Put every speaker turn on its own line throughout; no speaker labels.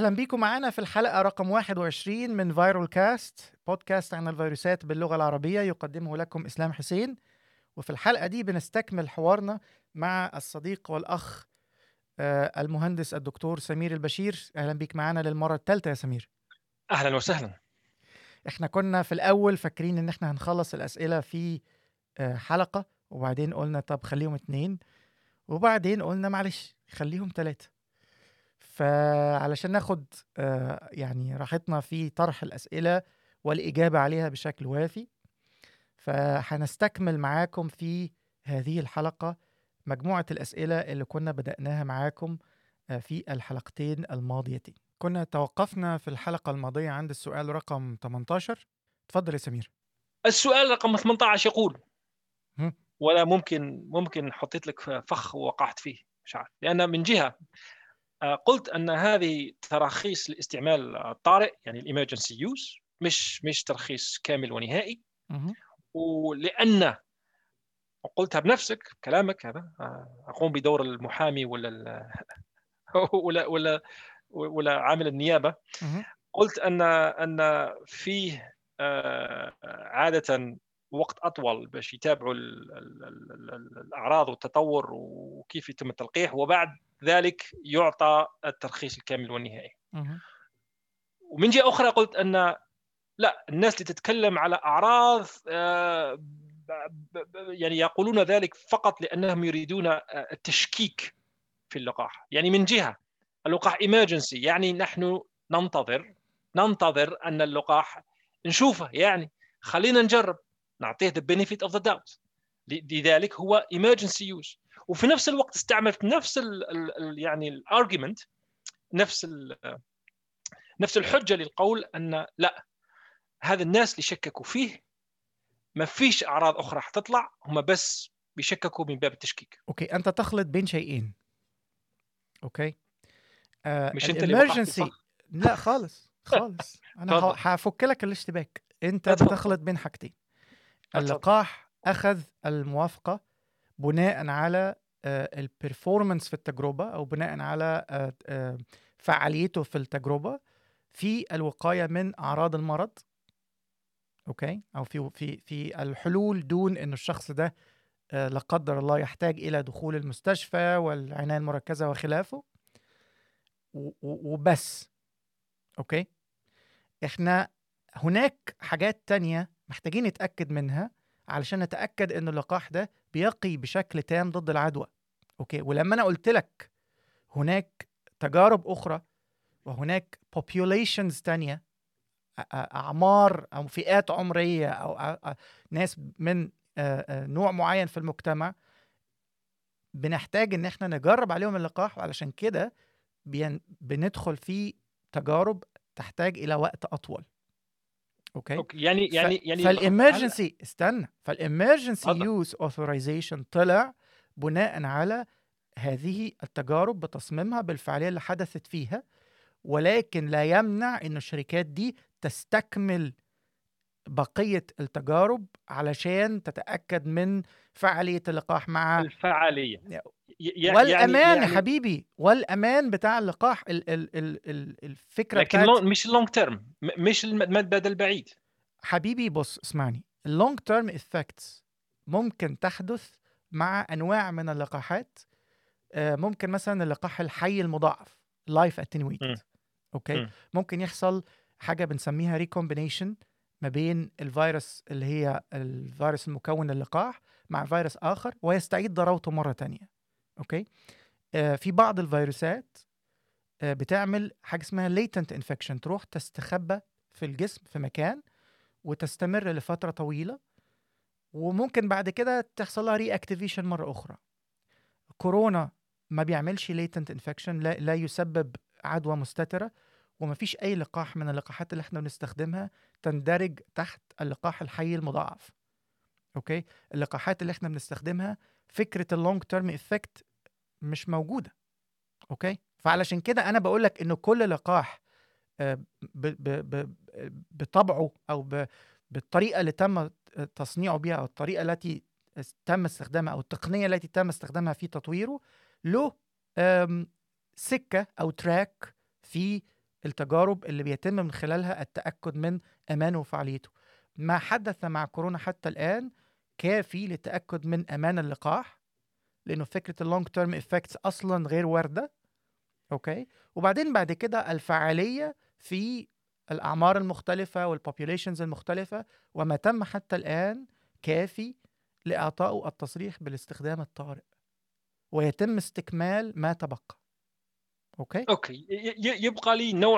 أهلا بيكم معنا في الحلقة رقم 21 من فايرال كاست، بودكاست عن الفيروسات باللغة العربية، يقدمه لكم إسلام حسين. وفي الحلقة دي بنستكمل حوارنا مع الصديق والأخ المهندس الدكتور سمير البشير. أهلا بيك معنا للمرة الثالثة يا سمير.
أهلا وسهلا.
احنا كنا في الأول فاكرين إن احنا هنخلص الأسئلة في حلقة، وبعدين قلنا طب خليهم 2، وبعدين قلنا معلش خليهم 3. فعلشان ناخد يعني راحتنا في طرح الأسئلة والإجابة عليها بشكل وافي، فهنستكمل معاكم في هذه الحلقة مجموعة الأسئلة اللي كنا بدأناها معاكم في الحلقتين الماضيتين. كنا توقفنا في الحلقة الماضية عند السؤال رقم 18. تفضل يا سمير.
السؤال رقم 18 يقول،
هم؟
ولا ممكن حطيت لك فخ ووقعت فيه، مش عارف، لأن من جهة قلت أن هذه تراخيص لاستعمال الطارئ، يعني الإمرجنسي يوز، مش ترخيص كامل ونهائي.
مهم.
ولأن قلتها بنفسك كلامك هذا، أقوم بدور المحامي ولا عامل النيابة.
مهم.
قلت أن فيه عادة وقت أطول باش يتابعوا الأعراض والتطور وكيف يتم التلقيح، وبعد ذلك يعطى الترخيص الكامل والنهائي.
مهم.
ومن جهة أخرى قلت أن لا، الناس اللي تتكلم على أعراض يعني يقولون ذلك فقط لأنهم يريدون التشكيك في اللقاح. يعني من جهة اللقاح إمرجنسي، يعني نحن ننتظر أن اللقاح نشوفه، يعني خلينا نجرب، نعطيه the benefit of the doubt. لذلك هو emergency use. وفي نفس الوقت استعملت نفس يعني الارجيومنت، نفس الحجة للقول أن لا، هذا الناس اللي شككوا فيه ما فيش أعراض أخرى حتطلع، هم بس بيشككوا من باب التشكيك.
أوكي، أنت تخلط بين شيئين. أوكي،
مش أنت اللي وقعت في
الامرجنسي.
الفخ؟
لا خالص خالص، انا
تفضل
هفك لك الاشتباك. انت
اتفضل
بتخلط بين حاجتين.
اتفضل.
اللقاح اخذ الموافقة بناء على البرفورمانس في التجربة، او بناء على فعاليته في التجربة في الوقاية من اعراض المرض. اوكي، او في الحلول دون ان الشخص ده لا قدر الله يحتاج الى دخول المستشفى والعناية المركزة وخلافه، وبس. اوكي، احنا هناك حاجات تانية محتاجين نتأكد منها علشان نتأكد ان اللقاح ده بيقي بشكل تام ضد العدوى. اوكي، ولما انا قلت لك هناك تجارب اخرى وهناك populations تانية، اعمار او فئات عمرية او ناس من نوع معين في المجتمع، بنحتاج ان احنا نجرب عليهم اللقاح، وعلشان كده بندخل في تجارب تحتاج الى وقت اطول. اوكي،
اوكي، يعني هل
فالامرجنسي استنى، فالامرجنسي
تفضل.
يوز اوثورايزيشن طلع بناء على هذه التجارب بتصميمها بالفعاليه اللي حدثت فيها، ولكن لا يمنع ان الشركات دي تستكمل بقيه التجارب علشان تتاكد من فعاليه اللقاح مع
الفعالية
والامان يا
يعني
حبيبي، والامان بتاع اللقاح. الفكره
لكن
بتاعت
مش اللونج تيرم، مش المدى البعيد.
حبيبي بص اسمعني، اللونج تيرم افكتس ممكن تحدث مع انواع من اللقاحات. ممكن مثلا اللقاح الحي المضاعف لايف اتنويتد.
م-
اوكي،
م-
ممكن يحصل حاجه بنسميها ريكومبينيشن ما بين الفيروس اللي هي الفيروس المكون للقاح مع فيروس اخر ويستعيد ضراوته مره تانية. اوكي، في بعض الفيروسات بتعمل حاجه اسمها latent infection، تروح تستخبى في الجسم في مكان وتستمر لفترة طويلة، وممكن بعد كده تحصل لها ري اكتيفيشن مرة أخرى. كورونا ما بيعملش ليتنت انفكشن، لا يسبب عدوى مستترة، وما فيش أي لقاح من اللقاحات اللي احنا بنستخدمها تندرج تحت اللقاح الحي المضاعف. اوكي، اللقاحات اللي احنا بنستخدمها فكرة اللونج تيرم افكت مش موجودة. اوكي، فعلشان كده انا بقول لك انه كل لقاح بطبعه او بالطريقه اللي تم تصنيعه بها، او الطريقه التي تم استخدامها، او التقنيه التي تم استخدامها في تطويره، له سكه او تراك في التجارب اللي بيتم من خلالها التأكد من أمانه وفعاليته. ما حدث مع كورونا حتى الآن كافي للتأكد من أمان اللقاح، لأنه فكرة اللونج تيرم إفكتس أصلا غير واردة. أوكي، وبعدين بعد كده الفعالية في الأعمار المختلفة والبوبيوليشنز المختلفة، وما تم حتى الآن كافي لإعطائه التصريح بالاستخدام الطارئ، ويتم استكمال ما تبقى.
اوكي، يبقى لي نوع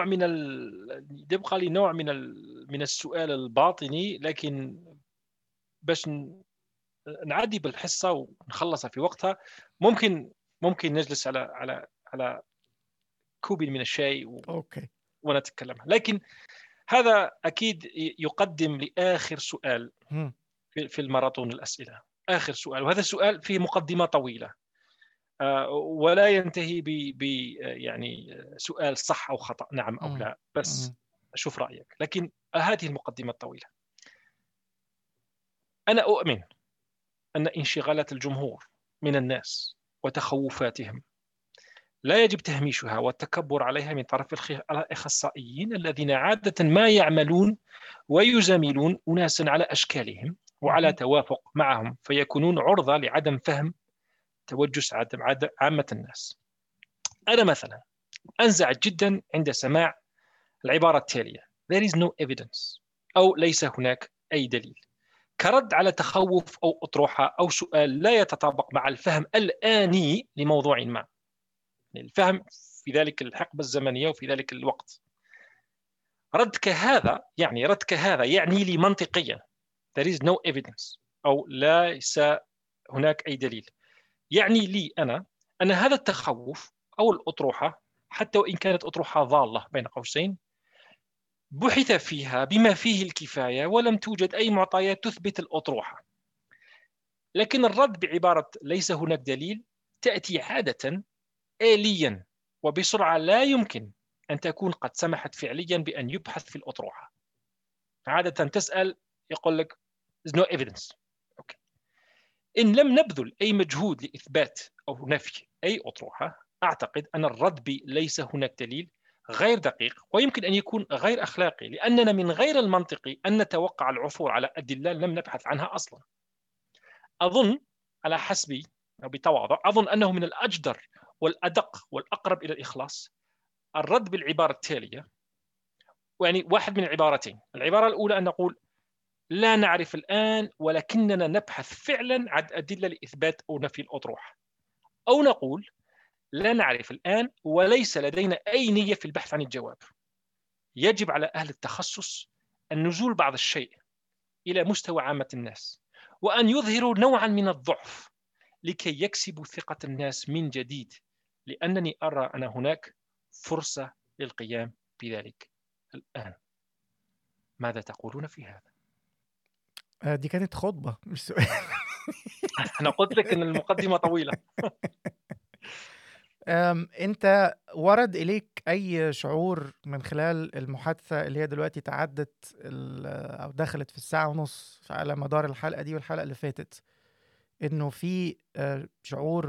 من السؤال الباطني، لكن باش نعدي بالحصه ونخلصها في وقتها، ممكن نجلس على كوب من الشاي
اوكي
ونتكلم. لكن هذا اكيد يقدم لاخر سؤال في الماراثون الاسئله. اخر سؤال، وهذا السؤال فيه مقدمه طويله ولا ينتهي يعني سؤال صح او خطا، نعم او لا، بس اشوف رايك. لكن هذه المقدمه الطويله. انا اؤمن ان انشغالات الجمهور من الناس وتخوفاتهم لا يجب تهميشها والتكبر عليها من طرف الأخصائيين الذين عادة ما يعملون ويزاملون أناسا على أشكالهم وعلى توافق معهم، فيكونون عرضة لعدم فهم توجس عامة الناس. أنا مثلا أنزعج جدا عند سماع العبارة التالية: There is no evidence، أو ليس هناك أي دليل، كرد على تخوف أو أطروحة أو سؤال لا يتطابق مع الفهم الآني لموضوع ما، الفهم في ذلك الحقبة الزمنية وفي ذلك الوقت. رد كهذا يعني لي منطقيا there is no evidence، أو ليس هناك أي دليل، يعني لي أنا أن هذا التخوف أو الأطروحة، حتى وإن كانت أطروحة ضالة بين قوسين، بحث فيها بما فيه الكفاية ولم توجد أي معطيات تثبت الأطروحة. لكن الرد بعبارة ليس هناك دليل تأتي عادة آليا وبسرعة لا يمكن أن تكون قد سمحت فعليا بأن يبحث في الأطروحة. عادة تسأل يقول لك there's no evidence. أوكي. إن لم نبذل أي مجهود لإثبات أو نفي أي أطروحة، أعتقد أن الرد بليس هناك دليل غير دقيق ويمكن أن يكون غير أخلاقي، لأننا من غير المنطقي أن نتوقع العثور على أدلة لم نبحث عنها أصلا. أظن على حسبي أو بتواضع أظن أنه من الأجدر والأدق والأقرب إلى الإخلاص الرد بالعبارة التالية، يعني واحد من العبارتين. العبارة الأولى أن نقول لا نعرف الآن ولكننا نبحث فعلا عن أدلة لإثبات أو نفي الأطروحة، أو نقول لا نعرف الآن وليس لدينا أي نية في البحث عن الجواب. يجب على أهل التخصص النزول بعض الشيء إلى مستوى عامة الناس، وأن يظهروا نوعا من الضعف لكي يكسبوا ثقة الناس من جديد، لأنني أرى أن هناك فرصة للقيام بذلك الآن. ماذا تقولون في هذا؟
دي كانت خطبة مش سؤال.
أنا قلت لك أن المقدمة طويلة.
أنت ورد إليك أي شعور من خلال المحادثة اللي هي دلوقتي تعدت أو دخلت في الساعة ونص على مدار الحلقة دي والحلقة اللي فاتت، إنه في شعور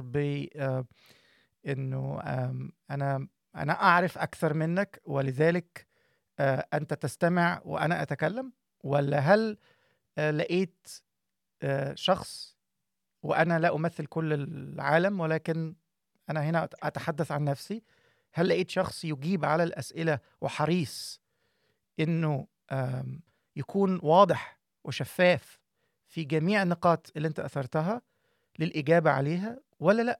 إنه أنا أعرف أكثر منك ولذلك أنت تستمع وأنا أتكلم، ولا هل لقيت شخص وأنا لا أمثل كل العالم ولكن أنا هنا أتحدث عن نفسي، هل لقيت شخص يجيب على الأسئلة وحريص إنه يكون واضح وشفاف في جميع النقاط اللي أنت أثرتها للإجابة عليها ولا لأ؟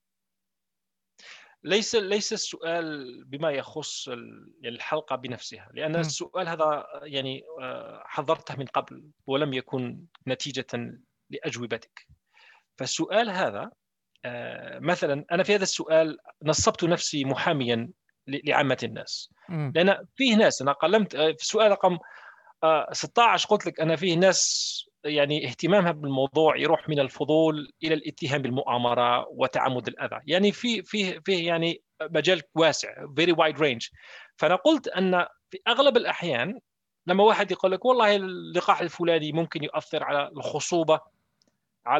ليس السؤال بما يخص الحلقة بنفسها، لأن السؤال هذا يعني حضرته من قبل ولم يكن نتيجة لأجوبتك. فالسؤال هذا مثلا أنا في هذا السؤال نصبت نفسي محاميا لعامة الناس، لأن فيه ناس أنا قلمت في السؤال رقم 16 قلت لك أنا فيه ناس يعني اهتمامها بالموضوع يروح من الفضول إلى الاتهام بالمؤامرة وتعمد الأذى، يعني فيه يعني مجال واسع very wide range. فأنا قلت أن في أغلب الأحيان لما واحد يقول لك والله اللقاح الفلاني ممكن يؤثر على الخصوبة،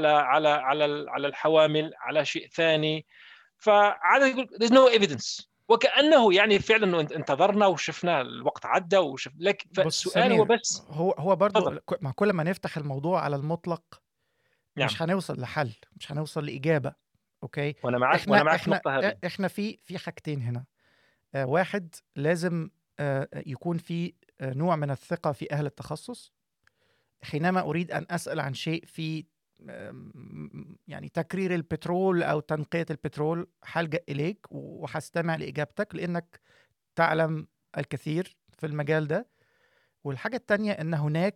على الحوامل، على شيء ثاني، فعادة يقول there's no evidence، وكأنه يعني فعلا انتظرنا وشفنا الوقت عدى لك.
بص
فالسؤال هو
سمير،
بس.
هو برضو
تفضل.
مع كل ما نفتح الموضوع على المطلق
نعم،
مش هنوصل لحل، مش هنوصل لإجابة. اوكي.
وانا معك،
احنا
وانا معك في
احنا
النقطة هذه.
احنا في حاجتين هنا. واحد، لازم يكون في نوع من الثقة في أهل التخصص. حينما أريد أن أسأل عن شيء في يعني تكرير البترول أو تنقية البترول، هلجأ إليك وهستمع لإجابتك لأنك تعلم الكثير في المجال ده. والحاجة التانية أن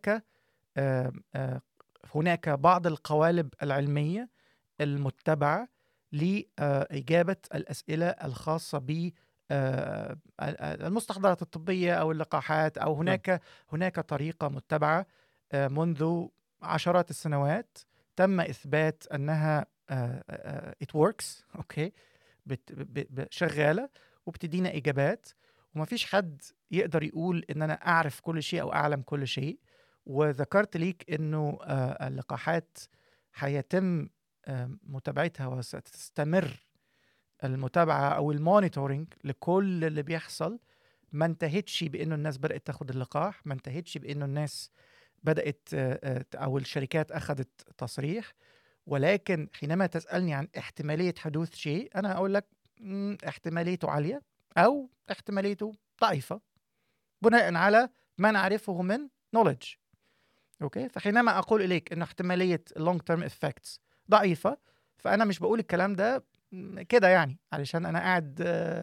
هناك بعض القوالب العلمية المتبعة لإجابة الأسئلة الخاصة ب المستحضرات الطبية أو اللقاحات، أو
نعم.
هناك طريقة متبعة منذ عشرات السنوات تم إثبات أنها it works. أوكي. شغالة وبتدينا إجابات، ومفيش حد يقدر يقول إن أنا أعرف كل شيء أو أعلم كل شيء. وذكرت ليك إنه اللقاحات هيتم متابعتها وستستمر المتابعة أو المونيتورنج لكل اللي بيحصل. ما انتهتش بأنه الناس بدأت تاخد اللقاح، ما انتهتش بأنه الناس بدأت أو الشركات أخذت تصريح. ولكن حينما تسألني عن احتمالية حدوث شيء، أنا أقول لك احتماليته عالية أو احتماليته ضعيفة بناء على ما نعرفه من knowledge. اوكي. فحينما اقول اليك ان احتماليه اللونج تيرم افكتس ضعيفه، فانا مش بقول الكلام ده كده يعني علشان انا قاعد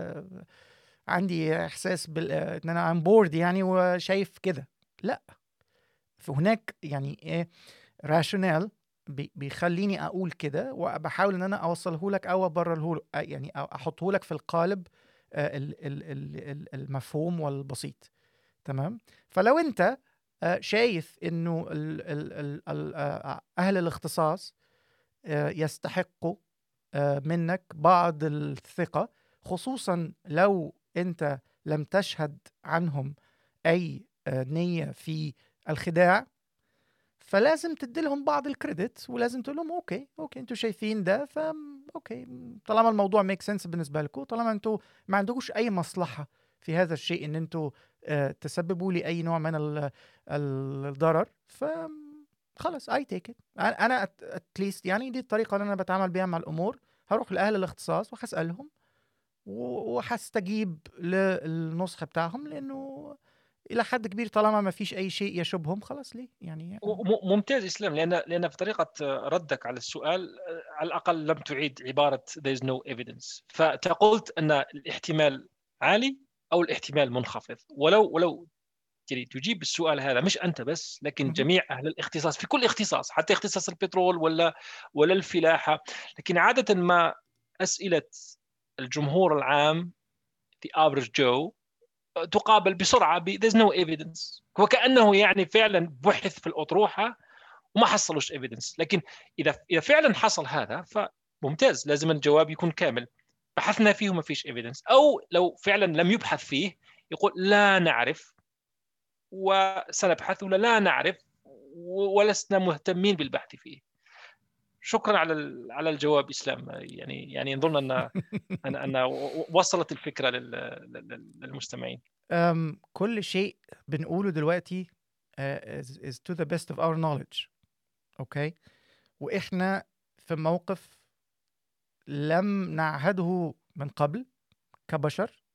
عندي احساس ان انا ام بورد يعني وشايف كده. لا، فهناك يعني ايه راشونال بيخليني اقول كده، وبحاول ان انا اوصله لك او ابرره يعني أو احطه لك في القالب المفهوم والبسيط. تمام. فلو انت شايف انه اهل الاختصاص يستحقوا منك بعض الثقة، خصوصا لو انت لم تشهد عنهم اي نية في الخداع، فلازم تديلهم بعض الكريدت، ولازم تقول لهم اوكي انتوا شايفين ده، اوكي طالما الموضوع ميك سنس بالنسبه لكم، طالما انتوا ما عندكوش اي مصلحه في هذا الشيء ان انتوا تسببوا لي اي نوع من الضرر، خلاص اي تيك ات. انا اتليست يعني دي الطريقه اللي انا بتعامل بيها مع الامور. هروح لاهل الاختصاص وهسالهم وهستجيب للنصح بتاعهم، لانه الى حد كبير طالما ما فيش اي شيء يشوبهم، خلاص ليه يعني.
ممتاز اسلام، لان في طريقه ردك على السؤال على الاقل لم تعيد عباره there is no evidence. فتقولت ان الاحتمال عالي او الاحتمال منخفض. ولو يعني تجيب السؤال هذا مش انت بس، لكن جميع اهل الاختصاص في كل اختصاص، حتى اختصاص البترول ولا الفلاحه. لكن عاده ما اسئله الجمهور العام the average Joe تقابل بسرعه there's no evidence، وكانه يعني فعلا بحث في الاطروحه وما حصلوش evidence. لكن اذا فعلا حصل هذا فممتاز، لازم الجواب يكون كامل، بحثنا فيه وما فيش evidence. او لو فعلا لم يبحث فيه يقول لا نعرف وسنبحث، ولا لا نعرف ولسنا مهتمين بالبحث فيه. شكرا على الجواب اسلام. يعني نظن ان وصلت الفكره للمستمعين.
كل شيء بنقوله دلوقتي is to the best of our knowledge. اوكي. واحنا في موقف لم نعهده من قبل كبشر،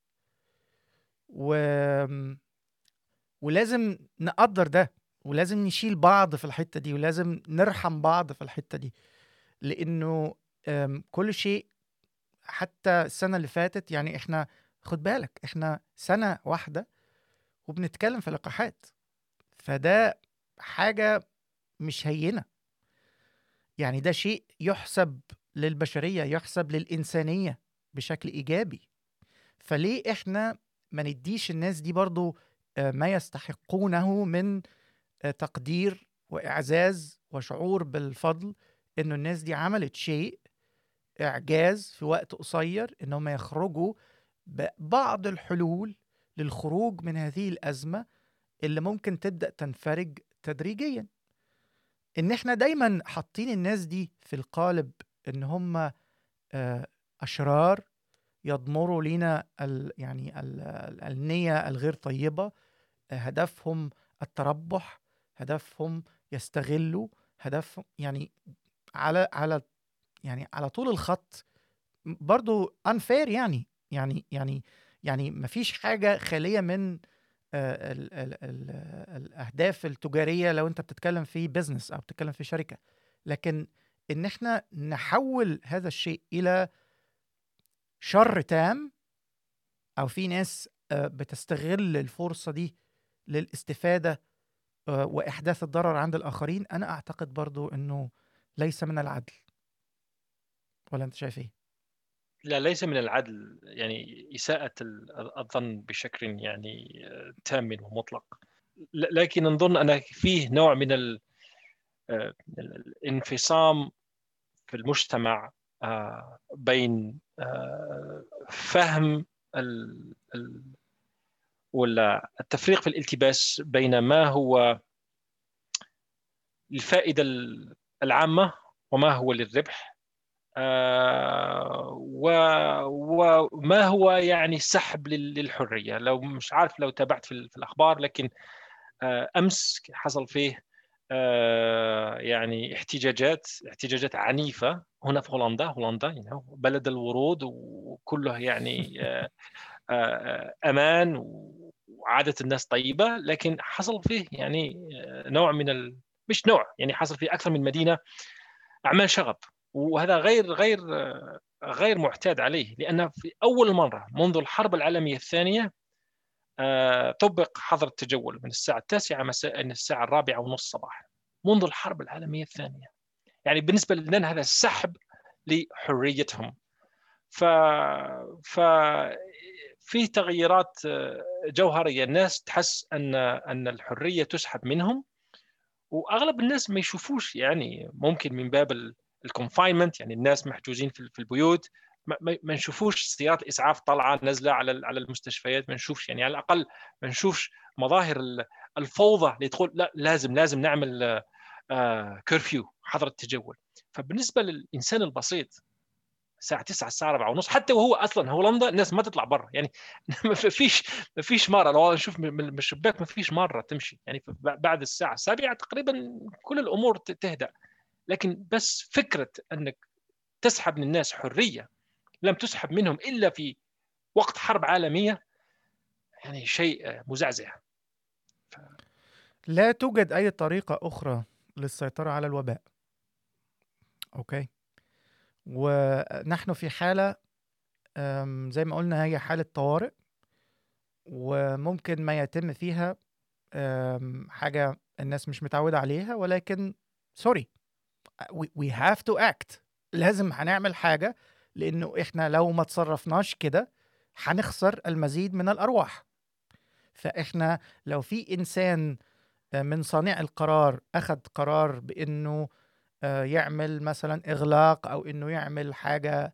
ولازم نقدر ده، ولازم نشيل بعض في الحتة دي، ولازم نرحم بعض في الحتة دي. لانه كل شيء، حتى السنة اللي فاتت يعني احنا خد بالك احنا سنة واحدة وبنتكلم في لقاحات، فده حاجة مش هينة. يعني ده شيء يحسب للبشرية، يحسب للإنسانية بشكل إيجابي. فليه إحنا ما نديش الناس دي برضو ما يستحقونه من تقدير وإعزاز وشعور بالفضل، إنه الناس دي عملت شيء إعجاز في وقت قصير، إنهم يخرجوا ببعض الحلول للخروج من هذه الأزمة اللي ممكن تبدأ تنفرج تدريجيا. إن إحنا دايما حاطين الناس دي في القالب إن هم أشرار يضمروا لينا النية الغير طيبة، هدفهم التربح، هدفهم يستغلوا، هدفهم على طول الخط برضو unfair. يعني مفيش حاجة خالية من الأهداف التجارية لو أنت بتتكلم في بيزنس أو بتتكلم في شركة، لكن إن إحنا نحول هذا الشيء إلى شر تام، أو في ناس بتستغل الفرصة دي للاستفادة وإحداث الضرر عند الآخرين، أنا أعتقد برضو أنه ليس من العدل. ولا أنت شايف إيه؟
لا، ليس من العدل، يعني إساءة الظن بشكل يعني تام ومطلق. لكن نظن أن فيه نوع من الانفصام في المجتمع بين فهم ولا التفريق في الالتباس بين ما هو الفائدة العامة وما هو للربح، وما هو يعني سحب للحرية. لو مش عارف لو تابعت في الأخبار، لكن أمس حصل فيه يعني احتجاجات عنيفة هنا في هولندا بلد الورود وكله يعني أمان وعادة الناس طيبة، لكن حصل فيه يعني نوع من مش نوع، يعني حصل فيه أكثر من مدينة أعمال شغب، وهذا غير معتاد عليه، لأن في أول مرة منذ الحرب العالمية الثانية طبق حظر التجول من الساعة 9 مساء إلى الساعة 4:30 صباحا منذ الحرب العالمية الثانية. يعني بالنسبة لنا هذا سحب لحريتهم. في تغييرات جوهرية. الناس تحس أن الحرية تسحب منهم، واغلب الناس ما يشوفوش، يعني ممكن من باب الكونفاينمنت، يعني الناس محجوزين في البيوت، ما نشوفوش سيارات الاسعاف طالعه نازله على المستشفيات، ما نشوفش، يعني على الاقل ما نشوفش مظاهر الفوضى اللي تقول لا لازم نعمل كرفيو، حظر التجول. فبالنسبه للانسان البسيط الساعه 9 الساعه 4:30، حتى وهو اصلا هولندا الناس ما تطلع برا، يعني ما فيش مره، لو نشوف من الشباك ما فيش مره تمشي، يعني بعد الساعه 7 تقريبا كل الامور تهدأ. لكن بس فكره انك تسحب من الناس حريه لم تسحب منهم الا في وقت حرب عالميه، يعني شيء مزعزع.
لا توجد أي طريقة أخرى للسيطرة على الوباء. أوكي، ونحن في حالة زي ما قلنا هي حالة طوارئ، وممكن ما يتم فيها حاجة الناس مش متعودة عليها، ولكن سوري we have to act. لازم هنعمل حاجة، لأنه إحنا لو ما تصرفناش كده هنخسر المزيد من الأرواح. فإحنا لو في إنسان من صانع القرار أخذ قرار بأنه يعمل مثلا إغلاق، أو أنه يعمل حاجة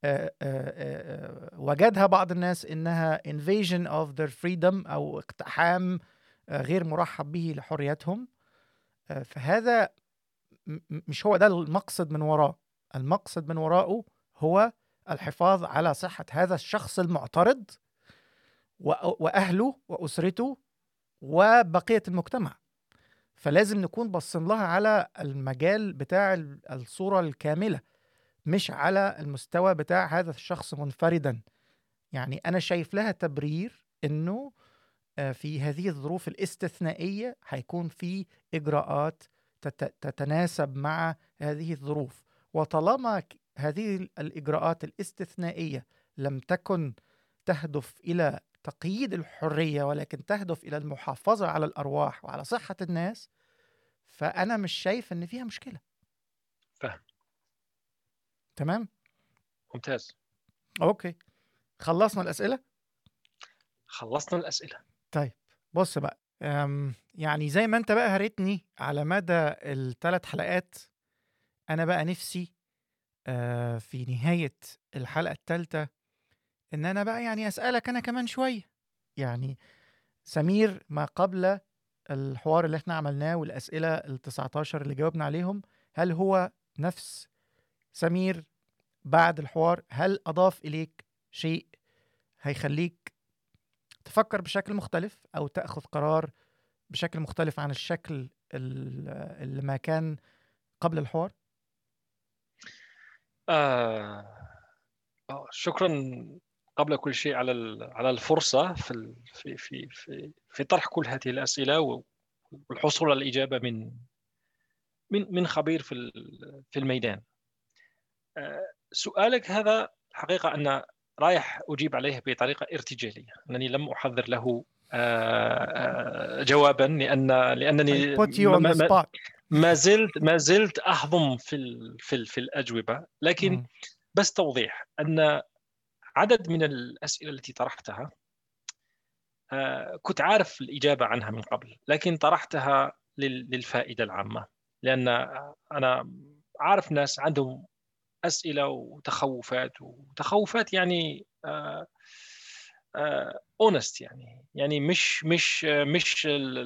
وجدها بعض الناس إنها invasion of their freedom أو اقتحام غير مرحب به لحريتهم، فهذا مش هو ده المقصد من وراه. المقصد من وراءه هو الحفاظ على صحة هذا الشخص المعترض وأهله وأسرته وبقية المجتمع. فلازم نكون باصين لها على المجال بتاع الصورة الكاملة، مش على المستوى بتاع هذا الشخص منفردا. يعني أنا شايف لها تبرير إنه في هذه الظروف الاستثنائية هيكون في إجراءات تتناسب مع هذه الظروف، وطالما هذه الإجراءات الاستثنائية لم تكن تهدف إلى تقييد الحرية، ولكن تهدف إلى المحافظة على الأرواح وعلى صحة الناس، فأنا مش شايف إن فيها مشكلة.
فهم.
تمام،
ممتاز.
أوكي، خلصنا الأسئلة.
خلصنا الأسئلة.
طيب بص بقى، يعني زي ما انت بقى هريتني على مدى ال3 حلقات، انا بقى نفسي في نهاية الحلقة الثالثة ان انا بقى يعني اسألك انا كمان شوية. يعني سمير ما قبل الحوار اللي احنا عملناه والاسئلة ال19 اللي جاوبنا عليهم، هل هو نفس سمير بعد الحوار؟ هل اضاف اليك شيء هيخليك تفكر بشكل مختلف أو تأخذ قرار بشكل مختلف عن الشكل اللي ما كان قبل الحوار؟
شكرا قبل كل شيء على الفرصة في طرح كل هذه الأسئلة والحصول على الإجابة من خبير في الميدان. سؤالك هذا الحقيقة أنا رايح أجيب عليه بطريقة ارتجالية، أنني لم أحضر له جوابا لأنني ما زلت أهضم في الأجوبة. لكن بس توضيح أن عدد من الأسئلة التي طرحتها كنت عارف الإجابة عنها من قبل، لكن طرحتها للفائدة العامة، لأن أنا عارف ناس عندهم أسئلة وتخوفات يعني honest، يعني مش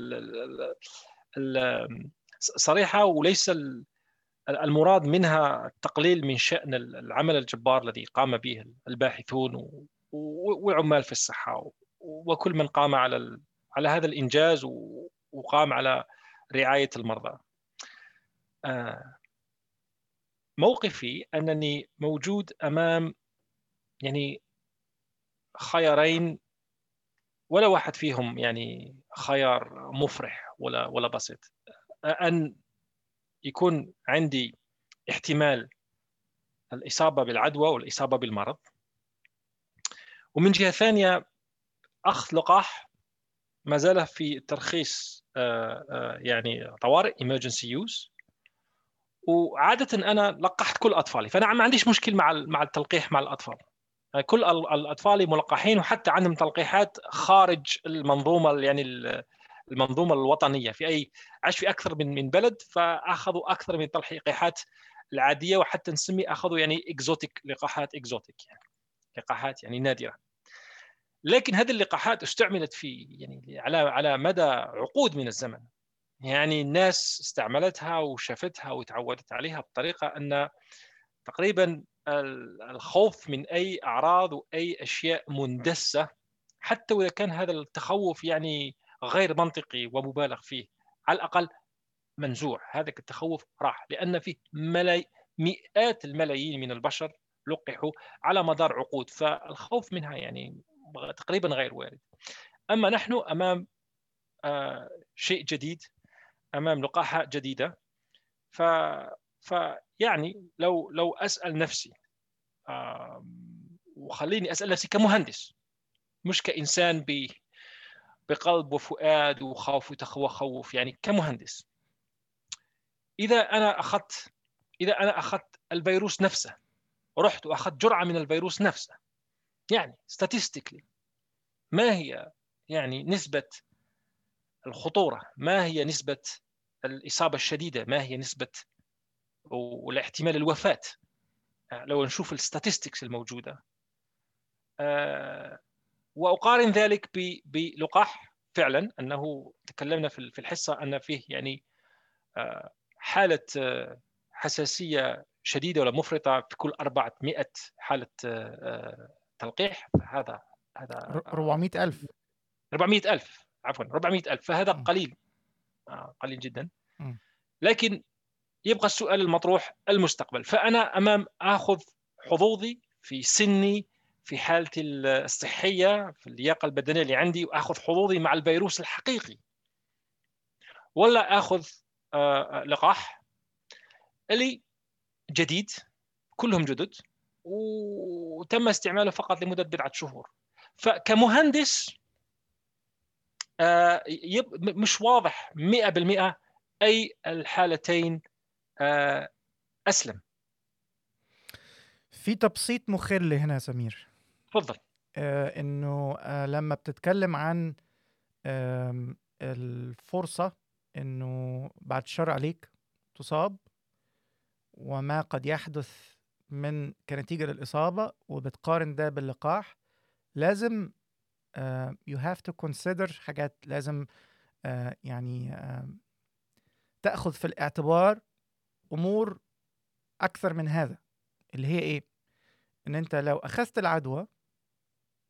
صريحة، وليس المراد منها التقليل من شأن العمل الجبار الذي قام به الباحثون وعمال في الصحة وكل من قام على هذا الإنجاز وقام على رعاية المرضى. موقفي أنني موجود أمام يعني خيارين، ولا واحد فيهم يعني خيار مفرح ولا بسيط. أن يكون عندي احتمال الإصابة بالعدوى والإصابة بالمرض، ومن جهة ثانية أخذ لقاح ما زال في الترخيص يعني طوارئ emergency use. وعادة أنا لقحت كل أطفالي، فأنا ما عنديش مشكل مع التلقيح مع الأطفال. كل الأطفال ملقحين، وحتى عندهم تلقيحات خارج المنظومة، يعني المنظومة الوطنية. عاش في أكثر من بلد، فأخذوا أكثر من التلقيحات العادية، وحتى نسمي أخذوا يعني إكزوتيك، لقاحات إكزوتيك، يعني لقاحات يعني نادرة. لكن هذه اللقاحات استعملت يعني على مدى عقود من الزمن. يعني الناس استعملتها وشافتها وتعودت عليها بطريقة أن تقريبا الخوف من أي أعراض وأي أشياء مندسة، حتى وإذا كان هذا التخوف يعني غير منطقي ومبالغ فيه، على الأقل منزوع. هذا التخوف راح، لأن فيه مئات الملايين من البشر لقحوا على مدار عقود، فالخوف منها يعني تقريبا غير وارد. أما نحن أمام شيء جديد، أمام لقاحات جديدة. يعني لو أسأل نفسي، وخليني أسأل نفسي كمهندس، مش كإنسان بقلب وفؤاد وخوف وخوف، يعني كمهندس. إذا أنا أخذت الفيروس نفسه، ورحت وأخذت جرعة من الفيروس نفسه، يعني statistically ما هي يعني نسبة الخطورة، ما هي نسبة الإصابة الشديدة، ما هي نسبة والاحتمال الوفاة، لو نشوف الستاتستكس الموجودة، وأقارن ذلك بلقاح فعلا. أنه تكلمنا في الحصة أن فيه يعني حالة حساسية شديدة ولا مفرطة في كل 400 حالة تلقيح. هذا
400,000
عفوا 400,000، فهذا قليل جدا. لكن يبقى السؤال المطروح المستقبل. فأنا أمام أخذ حظوظي في سني، في حالتي الصحية، في اللياقة البدنية اللي عندي، وأخذ حظوظي مع الفيروس الحقيقي، ولا أخذ لقاح اللي جديد، كلهم جدد، وتم استعماله فقط لمدة 4 شهور. فكمهندس مش واضح 100% أي الحالتين أسلم.
في تبسيط مخل هنا سمير.
تفضل.
إنه لما بتتكلم عن الفرصة إنه بعد الشر عليك تصاب، وما قد يحدث كنتيجة للإصابة، وبتقارن ده باللقاح، لازم you have to consider حاجات. لازم يعني تأخذ في الاعتبار أمور أكثر من هذا، اللي هي إيه؟ إن أنت لو أخذت العدوى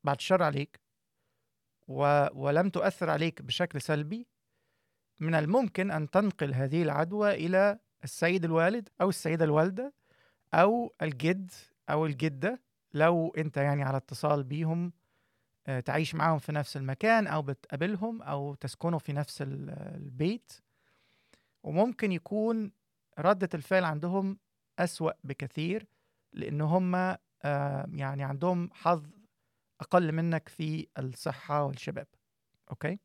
بعد الشر عليك ولم تؤثر عليك بشكل سلبي، من الممكن أن تنقل هذه العدوى إلى السيد الوالد أو السيدة الوالدة أو الجد أو الجدة، لو أنت يعني على اتصال بيهم، تعيش معاهم في نفس المكان أو بتقابلهم أو تسكنوا في نفس البيت. وممكن يكون ردة الفعل عندهم أسوأ بكثير، لأن هم يعني عندهم حظ أقل منك في الصحة والشباب. أوكي،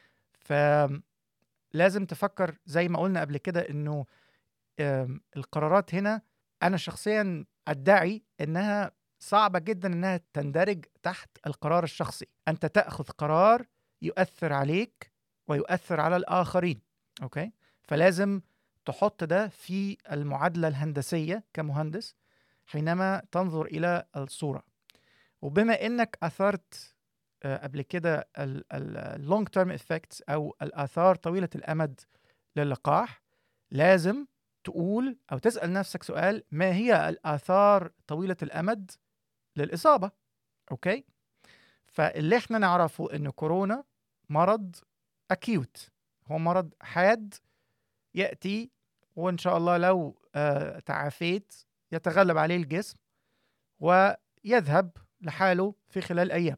فلازم تفكر زي ما قلنا قبل كده إنه القرارات هنا أنا شخصيا أدعي إنها صعبة جدا إنها تندرج تحت القرار الشخصي. أنت تأخذ قرار يؤثر عليك ويؤثر على الآخرين. أوكي، فلازم تحط ده في المعادلة الهندسية كمهندس حينما تنظر إلى الصورة. وبما إنك أثرت قبل كده اللونج تيرم افكتس أو الآثار طويلة الأمد للقاح، لازم تقول أو تسأل نفسك سؤال: ما هي الآثار طويلة الأمد للإصابة؟ أوكي، فاللي احنا نعرفه إن كورونا مرض أكيوت، هو مرض حاد يأتي، وإن شاء الله لو تعافيت يتغلب عليه الجسم ويذهب لحاله في خلال أيام.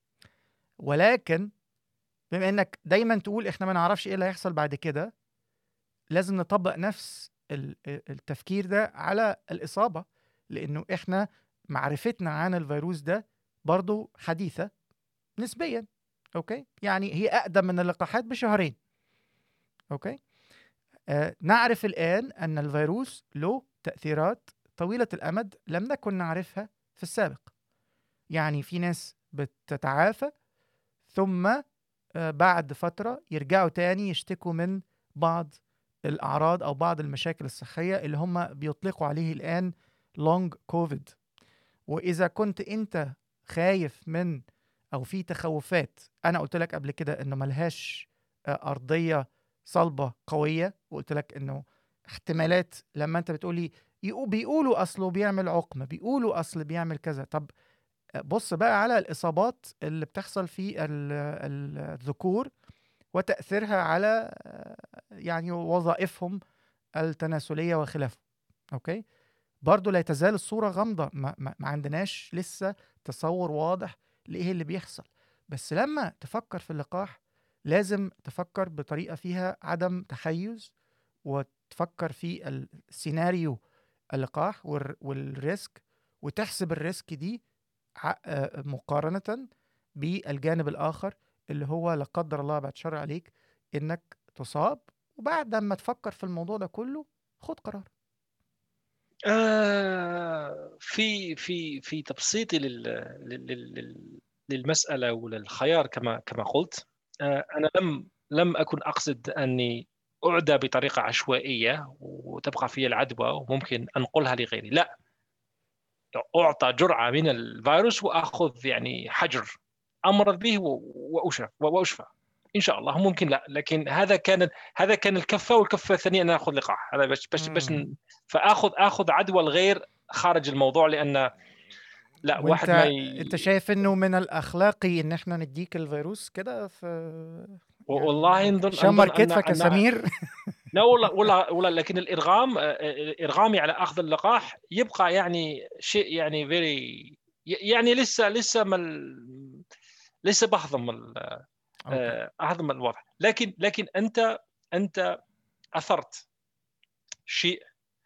ولكن بما إنك دايما تقول إحنا ما نعرفش إيه اللي هيحصل بعد كده، لازم نطبق نفس التفكير ده على الإصابة، لأنه إحنا معرفتنا عن الفيروس ده برضو حديثة نسبيا. أوكي، يعني هي أقدم من اللقاحات بشهرين. أوكي، نعرف الآن أن الفيروس له تأثيرات طويلة الأمد لم نكن نعرفها في السابق. يعني في ناس بتتعافى ثم بعد فترة يرجعوا تاني يشتكوا من بعض الأعراض أو بعض المشاكل الصحية اللي هم بيطلقوا عليه الآن لونج كوفيد. وإذا كنت أنت خايف من أو في تخوفات، أنا قلت لك قبل كده إنه ملهاش أرضية صلبة قوية، وقلت لك إنه احتمالات لما أنت بتقولي بيقولوا أصله بيعمل عقم، بيقولوا أصله بيعمل كذا. طب بص بقى على الإصابات اللي بتحصل في الذكور وتأثيرها على يعني وظائفهم التناسلية وخلافه. أوكي، برضو لا تزال الصورة غامضة، ما عندناش لسه تصور واضح لإيه اللي بيحصل. بس لما تفكر في اللقاح لازم تفكر بطريقة فيها عدم تحيز، وتفكر في السيناريو اللقاح والريسك، وتحسب الريسك دي مقارنة بالجانب الآخر اللي هو لا قدر الله بعد شر عليك إنك تصاب. وبعد ما تفكر في الموضوع ده كله خد قرار.
في تبسيطي للمسألة وللخيار كما قلت، أنا لم أكن أقصد أني أعدى بطريقة عشوائية وتبقى في العدوى وممكن أنقلها لغيري. لا، أعطى جرعة من الفيروس وأخذ يعني حجر، أمرض به وأشفى إن شاء الله. ممكن لا، لكن هذا كان الكفة، والكفة الثانية أن أخذ لقاح. هذا بس فأخذ عدوى الغير خارج الموضوع، لأن لا واحد ما
انت شايف انه من الاخلاقي ان احنا نديك الفيروس كده في
والله
يعني شمر كتفك يا
أن
سمير؟
لا ولا لكن إرغامي على أخذ اللقاح يبقى يعني شيء يعني يعني لسه لسه بهضم أهضم الوضع. لكن أنت أثرت شيء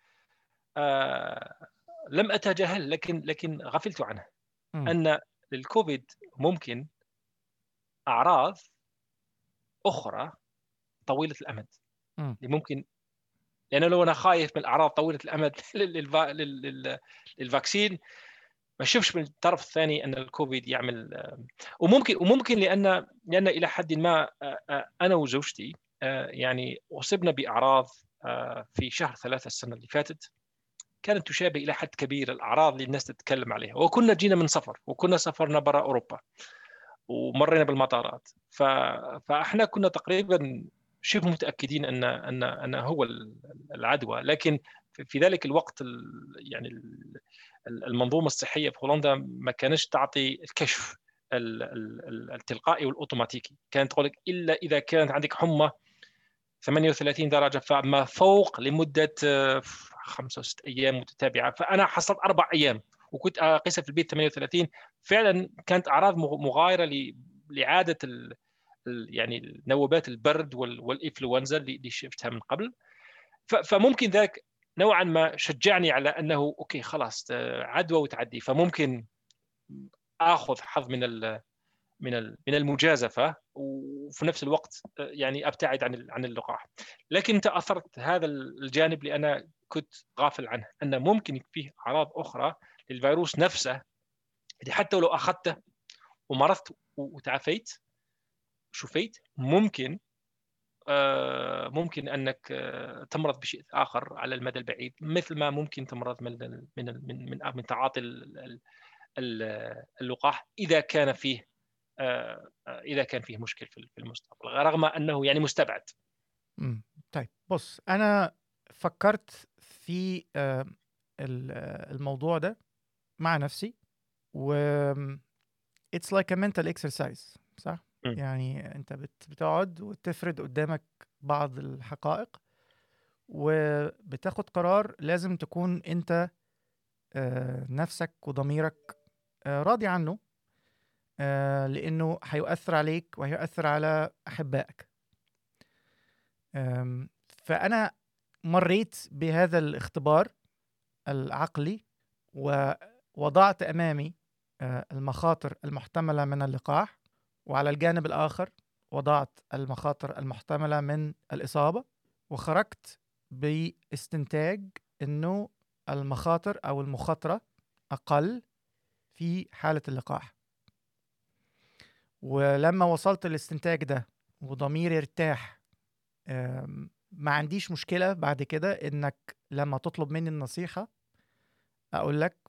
لم أتجاهل، لكن غفلت عنه. أن للكوفيد ممكن أعراض أخرى طويلة الأمد. ممكن، لأنه لو أنا خايف من الأعراض طويلة الأمد للفاكسين، ما شوفش من الطرف الثاني أن الكوفيد يعمل. وممكن لأن إلى حد ما أنا وزوجتي يعني أصبنا بأعراض في شهر 3 السنة اللي فاتت، كانت تشابه إلى حد كبير الأعراض اللي الناس تتكلم عليها. وكنا جينا من سفر، وكنا سافرنا برا أوروبا ومرينا بالمطارات، فإحنا كنا تقريبا شبه متأكدين أن هو العدوى. لكن في ذلك الوقت يعني المنظومة الصحية في هولندا ما كانش تعطي الكشف التلقائي والاوتوماتيكي. كانت تقول لك الا اذا كانت عندك حمى 38 درجه فما فوق لمده 5 أو 6 ايام متتابعه. فانا حصلت 4 ايام وكنت اقيسها في البيت 38. فعلا كانت اعراض مغايره لعاده يعني نوبات البرد والانفلونزا اللي شفتها من قبل. فممكن ذاك نوعا ما شجعني على انه اوكي خلاص عدوى وتعدي، فممكن اخذ حظ من المجازفه وفي نفس الوقت يعني ابتعد عن اللقاح. لكن انت اثرت هذا الجانب اللي انا كنت غافل عنه، ان ممكن فيه اعراض اخرى للفيروس نفسه اللي حتى لو اخذته ومرضت وتعافيت شفيت ممكن انك تمرض بشيء اخر على المدى البعيد، مثل ما ممكن تمرض من تعاطي اللقاح اذا كان فيه مشكل في المستقبل، رغم انه يعني مستبعد.
طيب بص، انا فكرت في الموضوع ده مع نفسي، و it's like a mental exercise، صح؟ يعني انت بتقعد وتفرد قدامك بعض الحقائق وبتاخد قرار لازم تكون انت نفسك وضميرك راضي عنه، لانه هيؤثر عليك وهيؤثر على احبائك. فانا مريت بهذا الاختبار العقلي ووضعت امامي المخاطر المحتمله من اللقاح، وعلى الجانب الاخر وضعت المخاطر المحتمله من الاصابه، وخرجت باستنتاج انه المخاطر او المخاطره اقل في حاله اللقاح. ولما وصلت للاستنتاج ده وضميري ارتاح، ما عنديش مشكلة بعد كده انك لما تطلب مني النصيحة اقول لك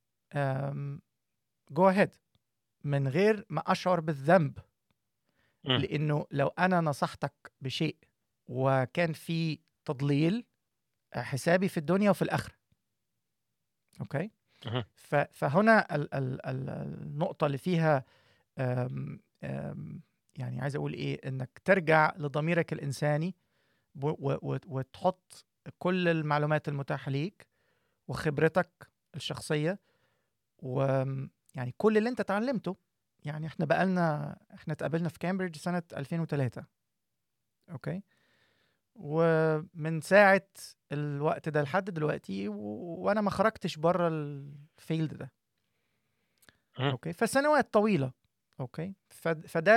go ahead من غير ما اشعر بالذنب، لانه لو انا نصحتك بشيء وكان في تضليل، حسابي في الدنيا وفي الاخرة. اوكي. فهنا النقطة اللي فيها يعني عايز اقول ايه، انك ترجع لضميرك الانساني وتحط كل المعلومات المتاحة ليك وخبرتك الشخصية ويعني كل اللي انت اتعلمته. يعني احنا اتقابلنا في كامبريدج سنة 2003. اوكي. ومن ساعة الوقت ده لحد دلوقتي وانا ما خرجتش بره الفيلد ده. اوكي. فسنوات طويلة. اوكي. فده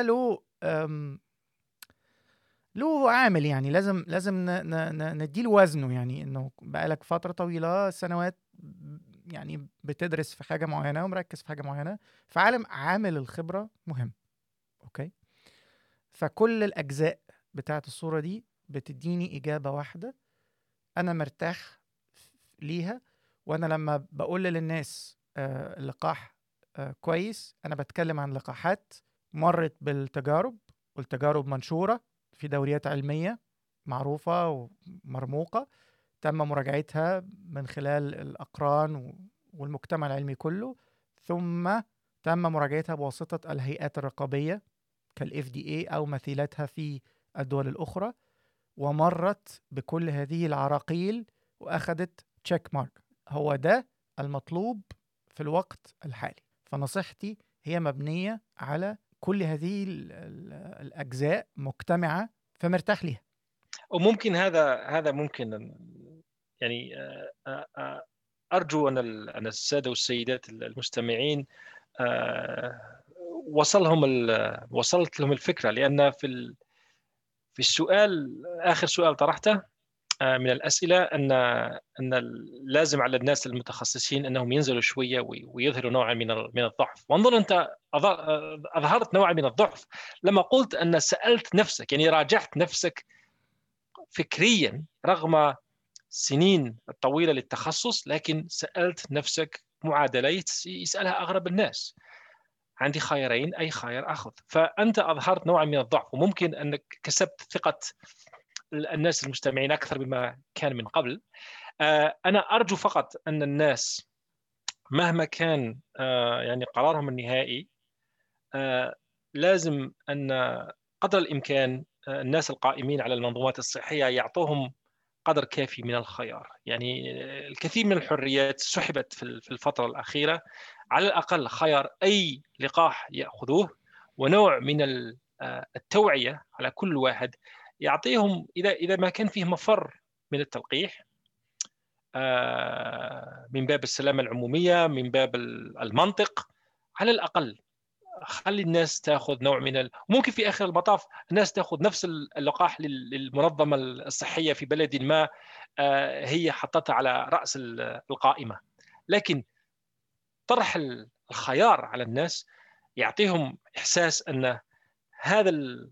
له عامل، يعني لازم نديله وزنه، يعني انه بقالك فترة طويلة سنوات يعني بتدرس في حاجة معينة ومركز في حاجة معينة، عامل الخبرة مهم. اوكي. فكل الأجزاء بتاعت الصورة دي بتديني إجابة واحدة أنا مرتاح ليها. وأنا لما بقول للناس اللقاح كويس، أنا بتكلم عن لقاحات مرت بالتجارب، والتجارب منشورة في دوريات علمية معروفة ومرموقة تم مراجعتها من خلال الأقران والمجتمع العلمي كله، ثم تم مراجعتها بواسطة الهيئات الرقابية كالFDA أو مثيلتها في الدول الأخرى، ومرت بكل هذه العراقيل وأخذت تشيك مارك. هو ده المطلوب في الوقت الحالي. فنصيحتي هي مبنية على كل هذه الأجزاء مجتمعة فمرتاح ليها.
وممكن هذا ممكن يعني أرجو أن السادة والسيدات المستمعين وصلت لهم الفكرة، لأن في السؤال آخر سؤال طرحته من الأسئلة أن لازم على الناس المتخصصين أنهم ينزلوا شوية ويظهروا نوعا من الضعف. وانظر أنت أظهرت نوعا من الضعف لما قلت أن سألت نفسك، يعني راجعت نفسك فكريا رغم سنين الطويلة للتخصص، لكن سألت نفسك معادلات يسألها أغلب الناس: عندي خيارين، أي خيار أخذ؟ فأنت أظهرت نوعا من الضعف، وممكن أنك كسبت ثقة الناس المستمعين أكثر مما كان من قبل. أنا أرجو فقط أن الناس مهما كان يعني قرارهم النهائي لازم أن قدر الإمكان الناس القائمين على المنظومات الصحية يعطوهم قدر كافي من الخيار. يعني الكثير من الحريات سحبت في الفترة الأخيرة. على الأقل خيار أي لقاح يأخذوه ونوع من التوعية على كل واحد، يعطيهم إذا ما كان فيه مفر من التلقيح من باب السلامة العمومية، من باب المنطق، على الأقل خلي الناس تاخذ نوع من ممكن في آخر المطاف الناس تاخذ نفس اللقاح للمنظمة الصحية في بلد ما هي حطتها على رأس القائمة. لكن طرح الخيار على الناس يعطيهم إحساس أن هذا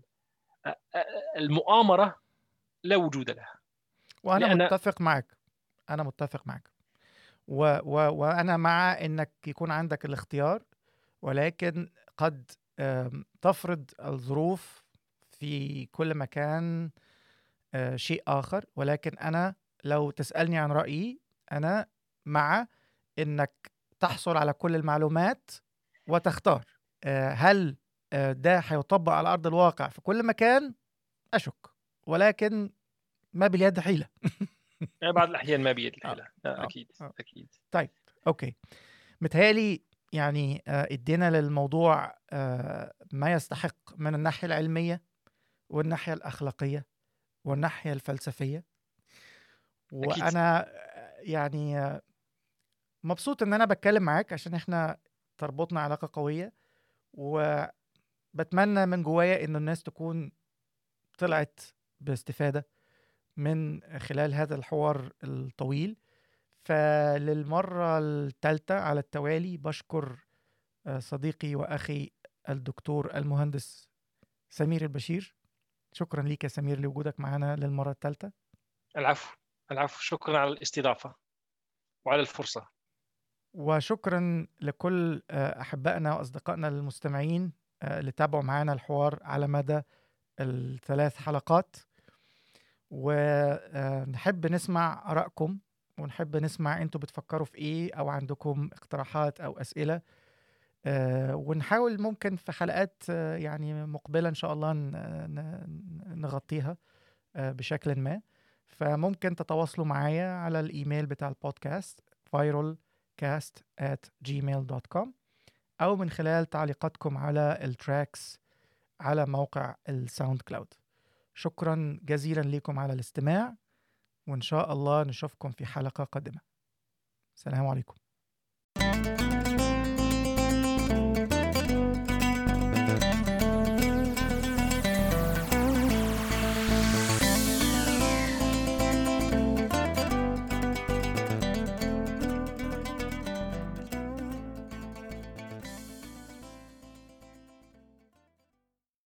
المؤامرة لا وجود لها.
وأنا
لأن
متفق معك، أنا متفق معك، وأنا مع إنك يكون عندك الاختيار، ولكن قد تفرض الظروف في كل مكان شيء آخر. ولكن أنا لو تسألني عن رأيي، أنا مع إنك تحصل على كل المعلومات وتختار. هل ده هيطبق على أرض الواقع في كل مكان؟ أشك، ولكن ما باليد حيلة.
بعض الأحيان ما بيد الحيلة.
آه.
أكيد أكيد.
طيب، أوكي، متهيألي يعني ادينا للموضوع ما يستحق من الناحية العلمية والناحية الأخلاقية والناحية الفلسفية.
أكيد.
وأنا يعني مبسوط إن أنا بتكلم معاك، عشان إحنا تربطنا علاقة قوية، وبتمنى من جوايا إن الناس تكون طلعت باستفادة من خلال هذا الحوار الطويل. فللمرة الثالثة على التوالي بشكر صديقي وأخي الدكتور المهندس سمير البشير. شكرا ليك يا سمير لوجودك معنا للمرة الثالثة.
العفو العفو، شكرا على الاستضافة وعلى الفرصة.
وشكرا لكل أحبائنا وأصدقائنا المستمعين اللي تابعوا معنا الحوار على مدى ال3 حلقات. ونحب نسمع آرائكم، ونحب نسمع أنتوا بتفكروا في إيه، أو عندكم اقتراحات أو أسئلة. ونحاول ممكن في حلقات يعني مقبلة إن شاء الله نغطيها بشكل ما. فممكن تتواصلوا معايا على الإيميل بتاع البودكاست viralcast@gmail.com، أو من خلال تعليقاتكم على التراكس على موقع الساوند كلاود. شكرا جزيلا لكم على الاستماع، وإن شاء الله نشوفكم في حلقة قادمة. السلام عليكم.